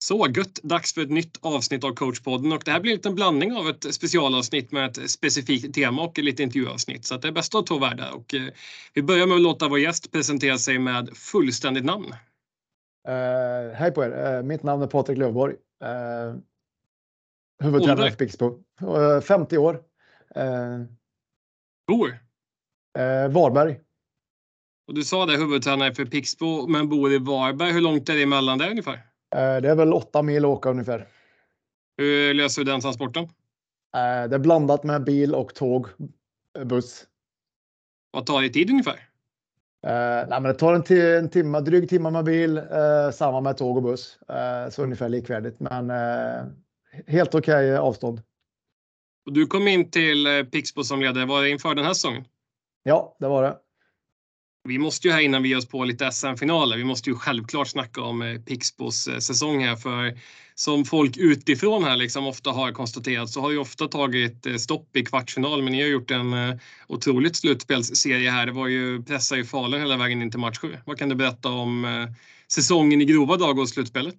Så gött, dags för ett nytt avsnitt av Coachpodden, och det här blir en liten blandning av ett specialavsnitt med ett specifikt tema och ett lite intervjuavsnitt, så att det är bäst av två världar. Och vi börjar med att låta vår gäst presentera sig med fullständigt namn. Hej på er, mitt namn är Patrik Löfborg, huvudtränare för Pixbo, 50 år. Bor? Varberg. Och du sa det, huvudtränare för Pixbo, men bor i Varberg. Hur långt är det emellan där ungefär? Det är väl 8 mil åka ungefär. Hur löser du den transporten? Det är blandat med bil och tåg, buss. Vad tar det tid ungefär? Nej, men det tar en timme, dryg timme med bil, samma med tåg och buss. Så ungefär likvärdigt, men helt okej avstånd. Och du kom in till Pixbo som ledare, var det inför den här säsongen? Ja, det var det. Vi måste ju här innan vi ger oss på lite SM-finaler, vi måste ju självklart snacka om Pixbos säsong här, för som folk utifrån här liksom ofta har konstaterat så har ju ofta tagit stopp i kvartsfinal, men ni har gjort en otroligt slutspelsserie här. Det var ju pressa i Falun hela vägen in till match 7. Vad kan du berätta om säsongen i grova drag och slutspelet?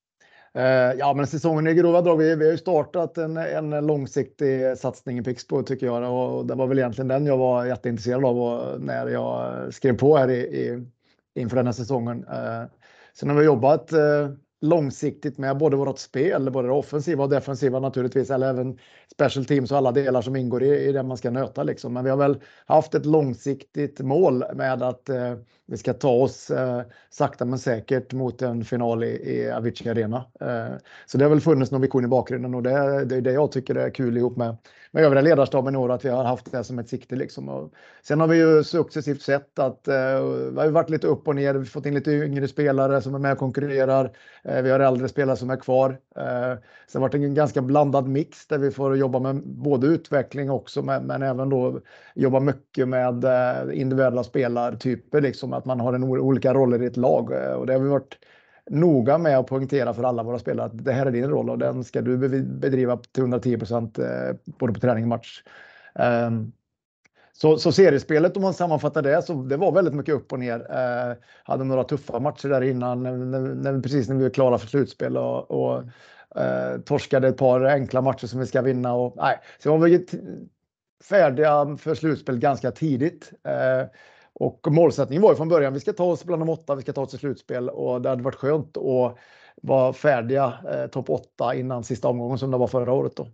Ja, men säsongen i grova drag, vi har ju startat en långsiktig satsning i Pixbo tycker jag, och det var väl egentligen den jag var jätteintresserad av när jag skrev på här inför den här säsongen. Sen har vi jobbat långsiktigt med både vårt spel, både det offensiva och defensiva naturligtvis, eller även special teams och alla delar som ingår i det man ska nöta liksom. Men vi har väl haft ett långsiktigt mål med att vi ska ta oss sakta men säkert mot en final i Avicii Arena. Så det har väl funnits någon vision i bakgrunden, och det är det jag tycker är kul ihop med övriga ledarstaben i år, att vi har haft det som ett sikte liksom. Och sen har vi ju successivt sett att vi har varit lite upp och ner, vi har fått in lite yngre spelare som är med och konkurrerar. Vi har äldre spelare som är kvar. Sen har det varit en ganska blandad mix där vi får jobba med både utveckling också, men även då jobba mycket med individuella spelartyper, liksom att man har olika roller i ett lag. Och det har vi varit noga med att poängtera för alla våra spelare att det här är din roll och den ska du bedriva till 110% både på träning och match. Så seriespelet, om man sammanfattar det, så det var väldigt mycket upp och ner. Hade några tuffa matcher där innan, precis när vi var klara för slutspel och torskade ett par enkla matcher som vi ska vinna. Så var vi färdiga för slutspel ganska tidigt. Och målsättningen var ju från början, vi ska ta oss bland de 8, vi ska ta oss till slutspel, och det hade varit skönt att vara färdiga topp 8 innan sista omgången som det var förra året då.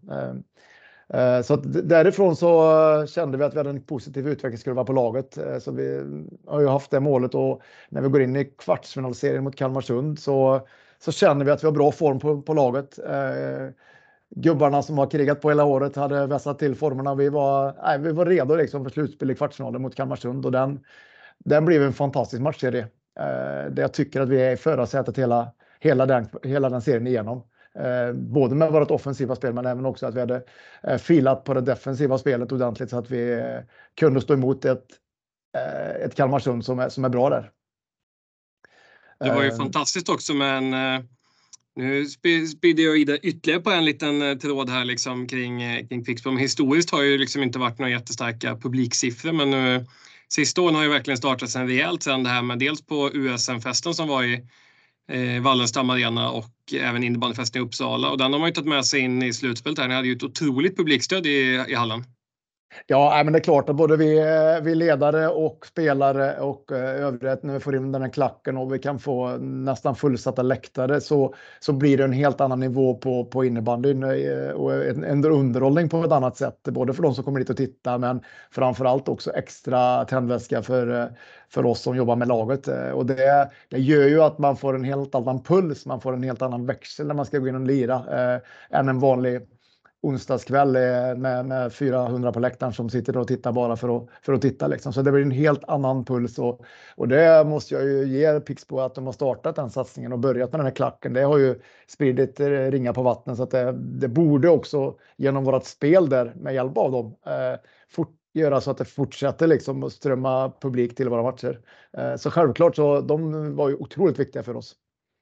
Så att därifrån så kände vi att vi hade en positiv utvecklingskurva på laget. Så vi har ju haft det målet, och när vi går in i kvartsfinalserien mot Kalmarsund så känner vi att vi har bra form på laget. Gubbarna som har krigat på hela året hade vässat till formerna. Vi var redo liksom för slutspel i kvartsfinalen mot Kalmarsund, och den blev en fantastisk matchserie. Där jag tycker att vi är i förarsätet hela den serien igenom. Både med vårt offensiva spel, men även också att vi hade filat på det defensiva spelet ordentligt så att vi kunde stå emot ett Kalmarsund som är bra där. Det var ju fantastiskt också, men nu sprider jag vidare ytterligare på en liten tråd här liksom kring Pixbo. Historiskt har ju liksom inte varit några jättestarka publiksiffror, men nu sista åren har ju verkligen startat sen rejält sen det här med dels på USM-festen som var i Wallenstam Arena och även innebandyfesten i Uppsala, och den har man ju tagit med sig in i slutspelet här. Ni hade ju ett otroligt publikstöd i hallen. Ja, men det är klart att både vi ledare och spelare och övriga, när vi får in den här klacken och vi kan få nästan fullsatta läktare, så blir det en helt annan nivå på innebandyn och en underhållning på ett annat sätt, både för de som kommer dit och tittar, men framförallt också extra tändväska för oss som jobbar med laget. Och det gör ju att man får en helt annan puls, man får en helt annan växel när man ska gå in och lira än en vanlig onsdagskväll med 400 på läktaren som sitter och tittar bara för att titta liksom. Så det blir en helt annan puls, och det måste jag ju ge Pixbo att de har startat den satsningen och börjat med den här klacken. Det har ju spridit ringar på vattnet, så att det borde också genom vårt spel där med hjälp av dem göra så att det fortsätter liksom att strömma publik till våra matcher. Så självklart, så de var ju otroligt viktiga för oss.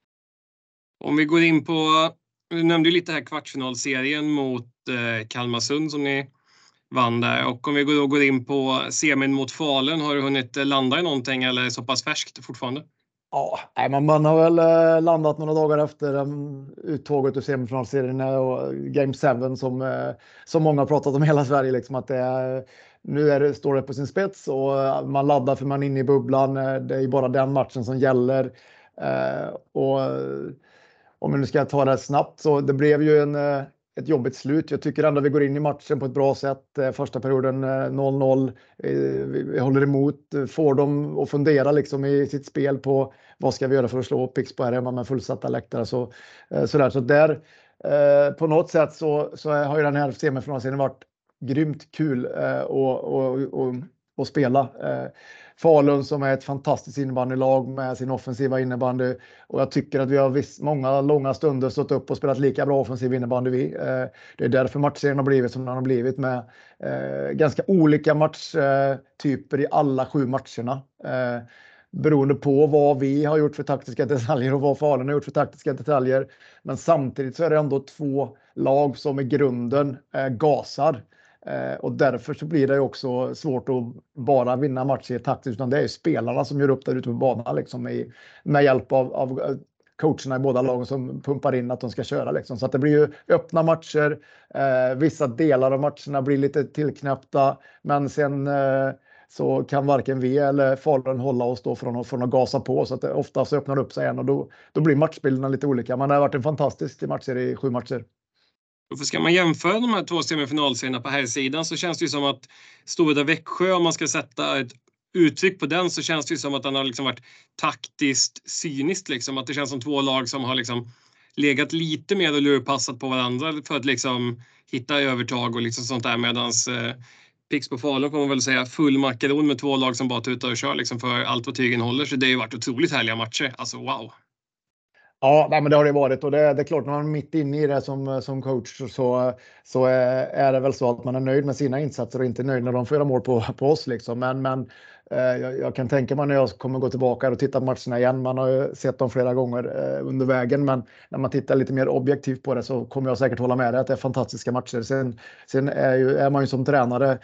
Om vi går in på, du nämnde ju lite här kvartsfinalserien mot Kalmarsund som ni vann där, och om vi går in på semin mot Falun, har du hunnit landa i någonting eller är det så pass färskt fortfarande? Ja, man har väl landat några dagar efter uttåget ur semifinalserien och Game 7 som många har pratat om i hela Sverige. Liksom, att står det på sin spets och man laddar för man är inne i bubblan. Det är ju bara den matchen som gäller. Och om vi nu ska ta det snabbt så det blev ju ett jobbigt slut. Jag tycker ändå vi går in i matchen på ett bra sätt. Första perioden 0-0. Vi håller emot, får dem att fundera liksom i sitt spel på vad ska vi göra för att slå Pixbo här hemma med fullsatta läktare. Så där på något sätt så har ju den här semifinalserien varit grymt kul att spela. Falun som är ett fantastiskt innebandylag med sin offensiva innebandy och jag tycker att vi har många långa stunder stått upp och spelat lika bra offensiv innebandy det är därför matchserien har blivit som den har blivit med ganska olika matchtyper i alla 7 matcherna. Beroende på vad vi har gjort för taktiska detaljer och vad Falun har gjort för taktiska detaljer. Men samtidigt så är det ändå 2 lag som i grunden gasar. Och därför så blir det också svårt att bara vinna matcher taktiskt, utan det är ju spelarna som gör upp där ute på banan liksom med hjälp av coacherna i båda lagen som pumpar in att de ska köra liksom. Så att det blir ju öppna matcher. Vissa delar av matcherna blir lite tillknäppta, men sen så kan varken vi eller Falun hålla oss då från att gasa på, så att det ofta så öppnar upp sig igen och då blir matchbilderna lite olika. Men det har varit en fantastisk matcher i 7 matcher. För ska man jämföra de här 2 semifinalserierna på här sidan så känns det ju som att Stora Växjö, om man ska sätta ett uttryck på den, så känns det ju som att den har liksom varit taktiskt cyniskt liksom. Att det känns som 2 lag som har liksom legat lite mer och lurpassat på varandra för att liksom hitta övertag och liksom sånt där, medans Pixbo Falun får man väl säga full makaron med 2 lag som bara tutar och kör liksom för allt vad tygen håller. Så det har ju varit otroligt härliga matcher. Alltså wow! Ja, men det har det varit och det är klart när man är mitt inne i det som coach så är det väl så att man är nöjd med sina insatser och inte nöjd när de får göra mål på oss liksom. Men jag kan tänka mig när jag kommer gå tillbaka och titta på matcherna igen. Man har ju sett dem flera gånger under vägen, men när man tittar lite mer objektivt på det så kommer jag säkert hålla med dig att det är fantastiska matcher. Sen är man ju som tränare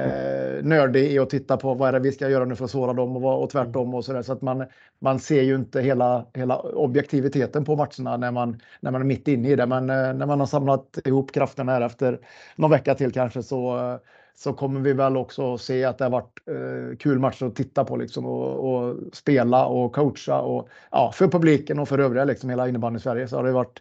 nördig i att titta på vad är det vi ska göra nu för att såra dem och tvärtom och sådär. Så att man ser ju inte hela objektiviteten på matcherna när man är mitt inne i det. Men när man har samlat ihop krafterna här efter någon vecka till kanske så kommer vi väl också se att det har varit kul matcher att titta på liksom, och spela och coacha och ja, för publiken och för övriga liksom hela innebandy i Sverige så har det varit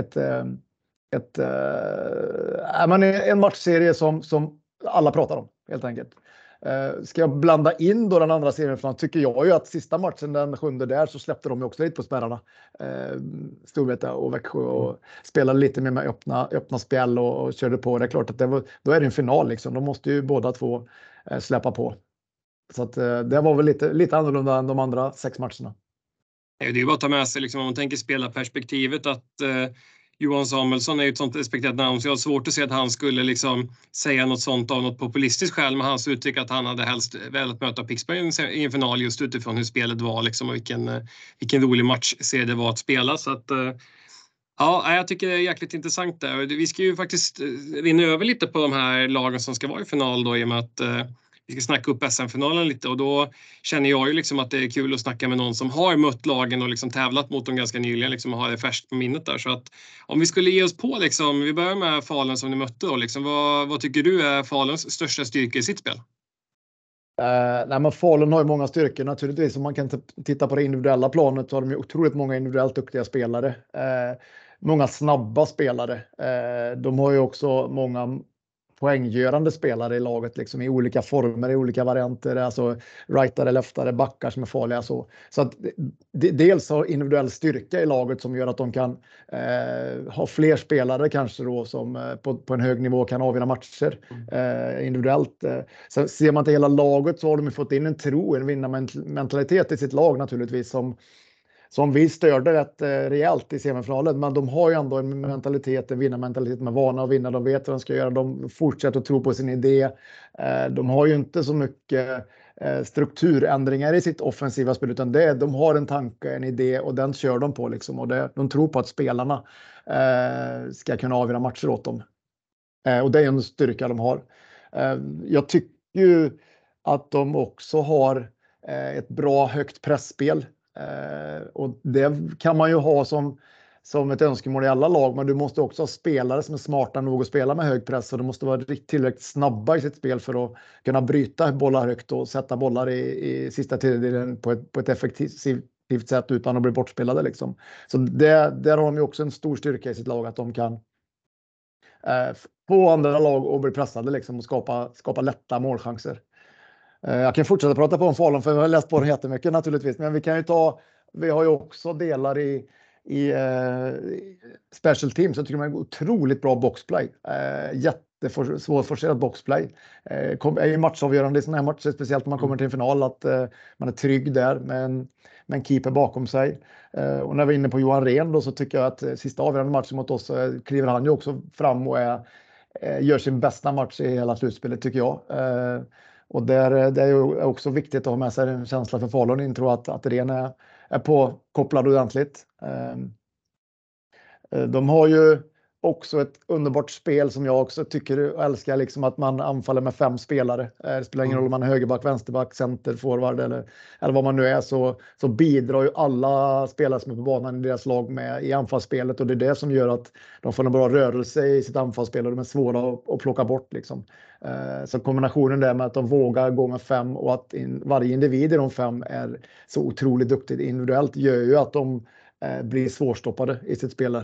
en matchserie som alla pratar om helt enkelt. Ska jag blanda in då den andra serien, för tycker jag ju att sista matchen den 7:e där så släppte de ju också lite på spärrarna. Storvreta och Växjö och spelade lite mer med öppna spel och körde på. Det är klart att då är det en final liksom. De måste ju båda 2 släppa på. Så att det var väl lite annorlunda än de andra 6 matcherna. Det är ju bara att ta med sig liksom, om man tänker spelarperspektivet att Johan Samuelsson är ju ett sånt respekterat namn så jag har svårt att se att han skulle liksom säga något sånt av något populistiskt skäl med hans uttryck att han hade helst velat möta Pixbo i en final just utifrån hur spelet var liksom, och vilken rolig matchserie det var att spela. Så att ja, jag tycker det är jäkligt intressant där. Vi ska ju faktiskt rinna över lite på de här lagen som ska vara i final då, i och med att vi ska snacka upp SM-finalen lite och då känner jag ju liksom att det är kul att snacka med någon som har mött lagen och liksom tävlat mot dem ganska nyligen liksom och har det färskt på minnet där. Så att om vi skulle ge oss på liksom, vi börjar med Falun som ni mötte då liksom, vad tycker du är Faluns största styrka i sitt spel? Nej, men Falun har ju många styrkor naturligtvis. Om man kan titta på det individuella planet så har de ju otroligt många individuellt duktiga spelare. Många snabba spelare. De har ju också många poänggörande spelare i laget liksom, i olika former, i olika varianter, alltså rightare, leftare, backar som är farliga så att dels har individuell styrka i laget som gör att de kan ha fler spelare kanske då som på en hög nivå kan avgöra matcher individuellt. Så ser man till hela laget så har de fått in en vinnarmentalitet i sitt lag naturligtvis som vi störde rätt rejält i semifinalen. Men de har ju ändå en vinnarmentalitet med vana att vinna. De vet vad de ska göra. De fortsätter att tro på sin idé. De har ju inte så mycket strukturändringar i sitt offensiva spel. Utan de har en tanke, en idé och den kör de på. Liksom. Och de tror på att spelarna ska kunna avgöra matcher åt dem. Och det är en styrka de har. Jag tycker ju att de också har ett bra högt pressspel. Och det kan man ju ha som ett önskemål i alla lag, men du måste också ha spelare som är smarta nog att spela med hög press och du måste vara tillräckligt snabba i sitt spel för att kunna bryta bollar högt och sätta bollar i sista tredjedelen på ett effektivt sätt utan att bli bortspelade liksom. Så där har de ju också en stor styrka i sitt lag, att de kan få andra lag att bli pressade liksom och skapa lätta målchanser. Jag kan fortsätta prata på om Falun, för jag har läst på det jättemycket naturligtvis, men vi har ju också delar i special teams. Jag tycker man är otroligt bra boxplay. Jättesvårforcerat boxplay. Är ju matchavgörande i såna här matcher, speciellt när man kommer till en final, att man är trygg där med en keeper bakom sig. Och när vi är inne på Johan Rehn då, så tycker jag att sista avgörande matchen mot oss kliver han ju också fram och gör sin bästa match i hela slutspelet, tycker jag. Och det är ju också viktigt att ha med sig en känsla för Falun, intro att Rehn är påkopplad ordentligt. De har ju också ett underbart spel som jag också tycker och älskar, liksom att man anfaller med 5 spelare. Det spelar ingen roll om man är högerback, vänsterback, center, forward eller vad man nu är, så bidrar ju alla spelare som är på banan i deras lag med i anfallsspelet, och det är det som gör att de får en bra rörelse i sitt anfallsspel och de är svåra att plocka bort liksom. Så kombinationen där med att de vågar gå med 5 och att varje individ i de 5 är så otroligt duktigt individuellt gör ju att de blir svårstoppade i sitt spel.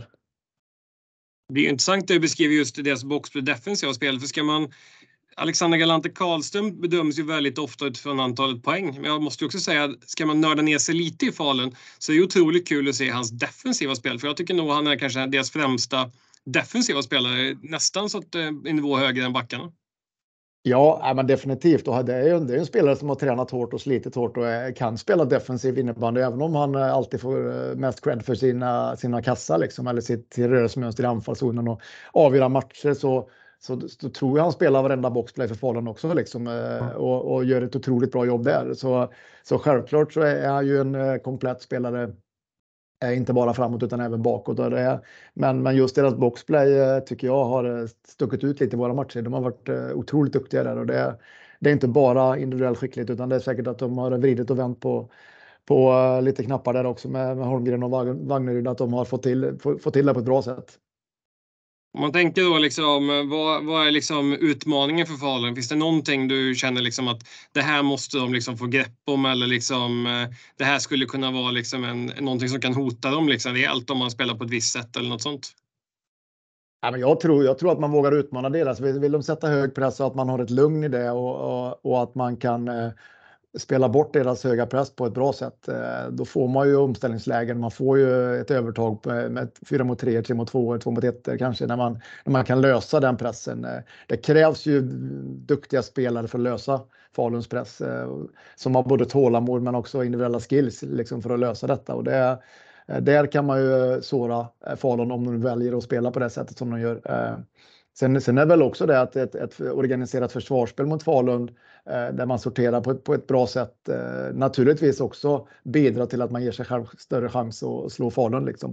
Det är intressant att du beskriver just deras boxplay defensiva spel, för Alexander Galante Karlström bedöms ju väldigt ofta utifrån antalet poäng. Men jag måste också säga att ska man nörda ner sig lite i Falun, så är det otroligt kul att se hans defensiva spel. För jag tycker nog han är kanske deras främsta defensiva spelare, nästan så att en nivå högre än backarna. Ja, men definitivt. Och det är en spelare som har tränat hårt och slitit hårt och kan spela defensiv innebandy, även om han alltid får mest cred för sina kassar liksom, eller sitt rörelsemönster i anfallszonen och avgöra matcher, så tror jag han spelar varenda boxplay för Falun också liksom, och gör ett otroligt bra jobb där. Så självklart så är han ju en komplett spelare, inte bara framåt utan även bakåt. Men just deras boxplay tycker jag har stuckit ut lite i våra matcher. De har varit otroligt duktiga där, och det är inte bara individuell skicklighet, utan det är säkert att de har vridit och vänt på lite knappar där också med Holmgren och Wagneryd, att de har fått till det på ett bra sätt. Om man tänker då liksom, vad är liksom utmaningen för Falun? Finns det någonting du känner liksom att det här måste de liksom få grepp om, eller liksom det här skulle kunna vara liksom någonting som kan hota dem liksom rejält om man spelar på ett visst sätt eller något sånt? Ja, men jag tror att man vågar utmana deras. Vill de sätta hög press så att man har ett lugn i det och att man kan spela bort deras höga press på ett bra sätt, då får man ju omställningslägen. Man får ju ett övertag med 4 mot 3, 3 mot 2, 2 mot 1 kanske, när man kan lösa den pressen. Det krävs ju duktiga spelare för att lösa Faluns press, som har både tålamod men också individuella skills liksom, för att lösa detta. Och där kan man ju såra Falun om de väljer att spela på det sättet som de gör. Sen är väl också det att ett organiserat försvarsspel mot Falun, där man sorterar på ett bra sätt, naturligtvis också bidrar till att man ger sig själv större chans att slå Falun liksom.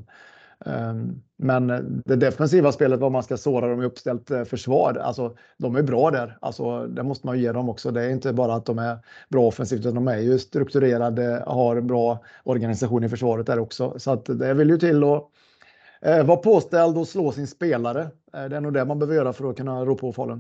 Men det defensiva spelet, vad man ska såra dem i uppställt försvar, alltså de är bra där, alltså det måste man ge dem också. Det är inte bara att de är bra offensivt, utan de är ju strukturerade, har en bra organisation i försvaret där också, så att det vill ju till att vara påställd och slå sin spelare. Det är nog det man behöver göra för att kunna rå på Falun.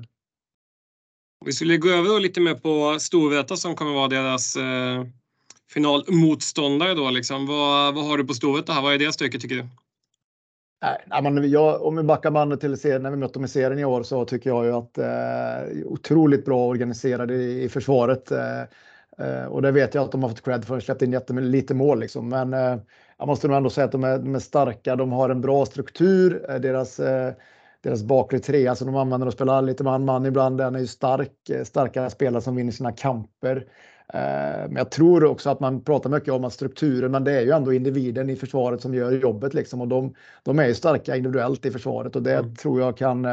Vi skulle gå över lite mer på Storvreta som kommer vara deras finalmotståndare då liksom. Vad har du på Storvreta här? Vad är deras styrka tycker du? Nej, men om vi backar bandet till serien, när vi mötte dem i serien i år, så tycker jag ju att otroligt bra organiserade i försvaret. Och det vet jag att de har fått cred för, släppt in lite mål liksom. Men jag måste nog ändå säga att de är starka. De har en bra struktur. Deras bakre trea som de använder och spelar lite man ibland, den är ju starka spelare som vinner sina kamper. Men jag tror också att man pratar mycket om att strukturen, men det är ju ändå individen i försvaret som gör jobbet liksom, och de är ju starka individuellt i försvaret, och det tror jag kan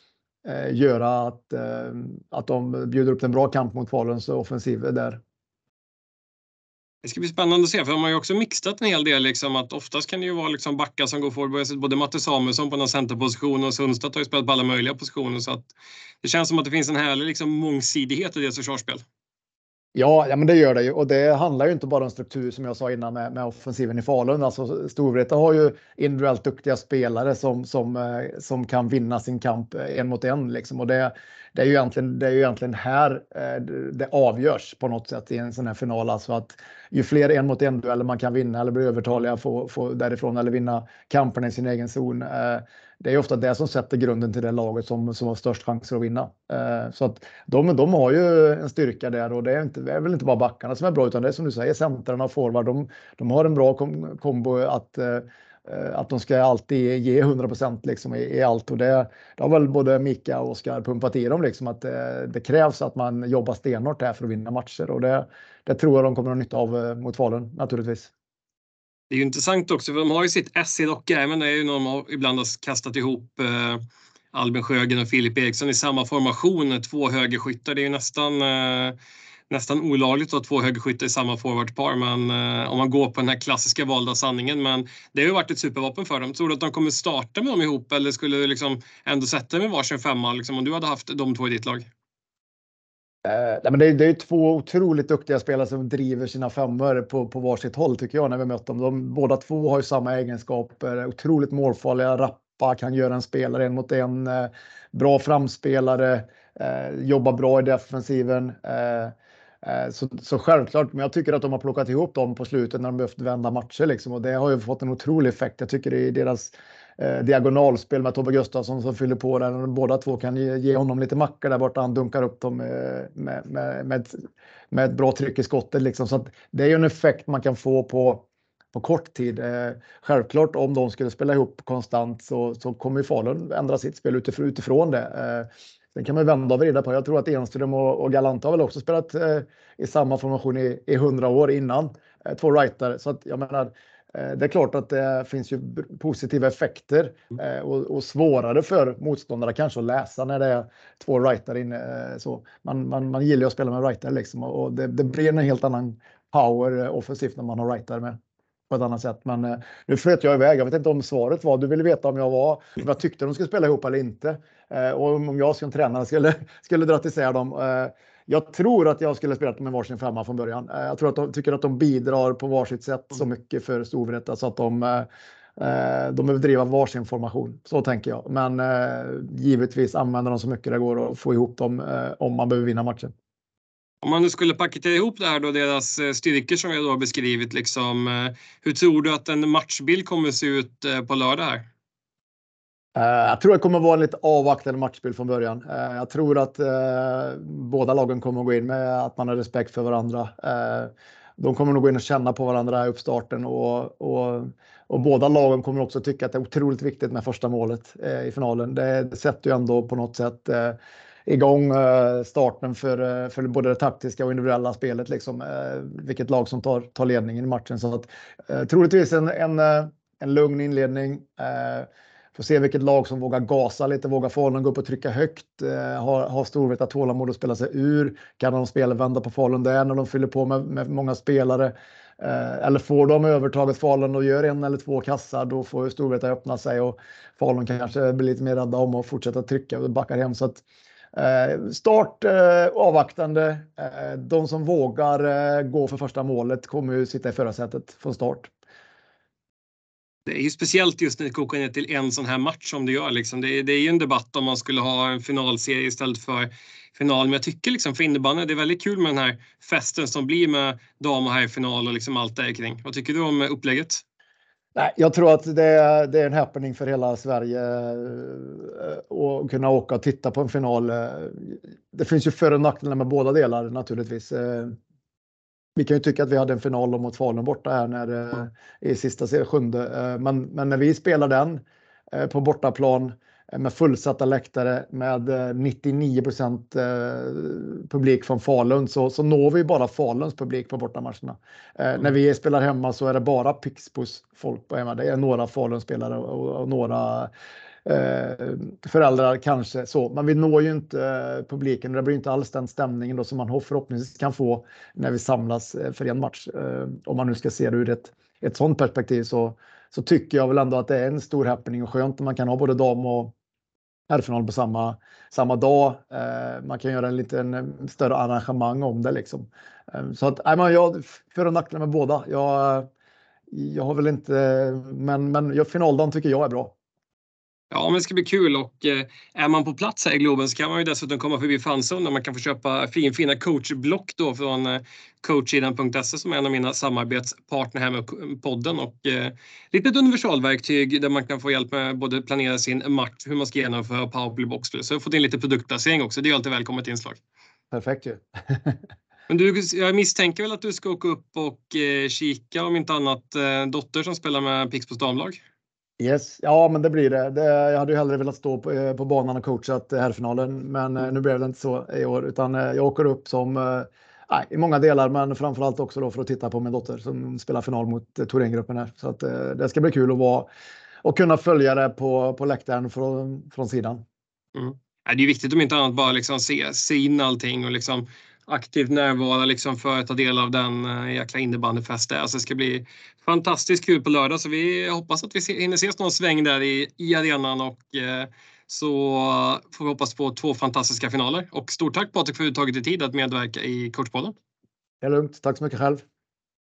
göra att de bjuder upp en bra kamp mot Faluns offensiv där. Det ska bli spännande att se, för de har ju också mixat en hel del liksom, att oftast kan det ju vara liksom backar som går forward, både Matte Samuelsson på någon centerposition och Sundstedt har ju spelat på alla möjliga positioner, så att det känns som att det finns en härlig liksom mångsidighet i deras försvarsspel. Ja, men det gör det ju. Och det handlar ju inte bara om struktur som jag sa innan med offensiven i Falun. Alltså Storvreta har ju individuellt duktiga spelare som kan vinna sin kamp en mot en. Liksom. Och det är ju egentligen här det avgörs på något sätt i en sån här final. Alltså att ju fler en mot en dueller man kan vinna eller bli övertaliga få därifrån eller vinna kampen i sin egen zon. Det är ofta det som sätter grunden till det laget som har störst chanser att vinna. Så att de har ju en styrka där och det är väl inte bara backarna som är bra utan det är som du säger, centrarna och forward. De har en bra kombo att de ska alltid ge 100% liksom i allt och det har väl både Mika och Oskar pumpat i dem liksom att det krävs att man jobbar stenhårt här för att vinna matcher och det tror jag de kommer att ha nytta av mot Falun naturligtvis. Det är ju intressant också, för de har ju sitt S i docka, men det är ju någon de ibland har kastat ihop Albin Sjögren och Filip Eriksson i samma formation, 2 högerskyttar. Det är ju nästan olagligt att ha 2 högerskyttar i samma forwardpar, men om man går på den här klassiska valda sanningen, men det har ju varit ett supervapen för dem. Tror du att de kommer starta med dem ihop eller skulle du liksom ändå sätta med varsin femma liksom, om du hade haft de 2 i ditt lag? Nej, men det är 2 otroligt duktiga spelare som driver sina femmor på varsitt håll tycker jag när vi möter dem. Båda 2 har ju samma egenskaper, otroligt målfarliga, rappa, kan göra en spelare en mot en, bra framspelare, jobbar bra i defensiven. Så självklart, men jag tycker att de har plockat ihop dem på slutet när de behövt vända matcher liksom, och det har ju fått en otrolig effekt. Jag tycker det är deras diagonalspel med Tobbe Gustafsson som fyller på där. Båda 2 kan ge honom lite mackor där borta. Han dunkar upp dem med ett bra tryck i skottet. Liksom. Så att det är ju en effekt man kan få på kort tid. Självklart om de skulle spela ihop konstant så kommer ju Falun ändra sitt spel utifrån det. Sen kan man vända och vrida på. Jag tror att Enström och Galant har väl också spelat i samma formation i 100 år innan. 2 rightare. Så att jag menar, det är klart att det finns ju positiva effekter och svårare för motståndare kanske att läsa när det är 2 rightare inne. Så man gillar ju att spela med rightare liksom, och det blir en helt annan power offensivt när man har rightare med på ett annat sätt. Men nu flöt jag iväg. Jag vet inte om svaret var. Du ville veta om jag tyckte de skulle spela ihop eller inte. Och om jag som tränare skulle dra isär dem. Jag tror att jag skulle spela med varsin femma från början. Jag tror att de tycker att de bidrar på varsitt sätt så mycket för Storvreta så att de behöver driva varsin formation. Så tänker jag. Men givetvis använder de så mycket det går att få ihop dem om man behöver vinna matchen. Om man nu skulle paketera ihop det här då, deras styrkor som jag då har beskrivit, liksom, hur tror du att en matchbild kommer se ut på lördag här? Jag tror det kommer vara en lite avvaktande matchbild från början. Jag tror att båda lagen kommer att gå in med att man har respekt för varandra. De kommer nog gå in och känna på varandra i uppstarten och båda lagen kommer också tycka att det är otroligt viktigt med första målet i finalen. Det sätter ju ändå på något sätt igång starten för både det taktiska och individuella spelet liksom, vilket lag som tar ledningen i matchen. Så att troligtvis en lugn inledning. Får se vilket lag som vågar gasa lite, vågar Falun gå upp och trycka högt, har Storvreta tålamod att spela sig ur. Kan de spela vända på Falun där när de fyller på med många spelare? Eller får de övertaget Falun och gör 1 eller 2 kassar, då får Storvreta öppna sig och Falun kanske blir lite mer rädda om att fortsätta trycka och backar hem. Så att start avvaktande. De som vågar gå för första målet kommer ju sitta i förarsätet från start. Det är ju speciellt just när det kokar ner till en sån här match som det gör. Liksom. Det är ju en debatt om man skulle ha en finalserie istället för final. Men jag tycker liksom för innebandy det är väldigt kul med den här festen som blir med dam- och herrfinal och liksom allt där kring. Vad tycker du om upplägget? Nej, jag tror att det är en happening för hela Sverige att kunna åka och titta på en final. Det finns ju för- och nackdelar med båda delar naturligtvis. Vi kan ju tycka att vi hade en final mot Falun borta här i sista 7:e. Men när vi spelar den på bortaplan med fullsatta läktare med 99% publik från Falun så når vi bara Faluns publik på bortamatcherna. När vi spelar hemma så är det bara Pixbos folk på hemma. Det är några Falun-spelare och några föräldrar kanske så, men vi når ju inte publiken. Det blir inte alls den stämningen då som man förhoppningsvis kan få när vi samlas för en match. Om man nu ska se det ur ett sånt perspektiv så tycker jag väl ändå att det är en stor happening och skönt att man kan ha både dam- herrfinal på samma dag. Man kan göra en liten större arrangemang om det liksom. Så att jag för och nackdelar med båda. Jag har väl inte, men finaldagen tycker jag är bra. Ja, men det ska bli kul, och är man på plats här i Globen så kan man ju dessutom komma förbi fanzone där man kan få köpa fina coachblock då från coachidan.se som är en av mina samarbetspartner här med podden, och litet universalverktyg där man kan få hjälp med både planera sin match, hur man ska genomföra powerplay boxplay. Så jag har fått in lite produktplacering också, det är alltid välkommet inslag. Perfekt ju. Men jag misstänker väl att du ska åka upp och kika om inte annat dotter som spelar med Pixbos damlag? Yes, ja men det blir det. Jag hade ju hellre velat stå på banan och coachat herrfinalen, men nu blev det inte så i år, utan jag åker upp som i många delar, men framförallt också då för att titta på min dotter som spelar final mot Thorengruppen här. Så att det ska bli kul att vara och kunna följa det på läktaren från sidan. Mm. Det är viktigt om inte annat bara liksom se in allting och liksom aktivt närvara liksom för att ta del av den jäkla innebandyfest. Alltså det ska bli fantastiskt kul på lördag, så vi hoppas att vi hinner ses någon sväng där i arenan, och så får vi hoppas på 2 fantastiska finaler. Och stort tack Patrik för att du tagit dig tid att medverka i Coachpodden. Det är lugnt, tack så mycket själv.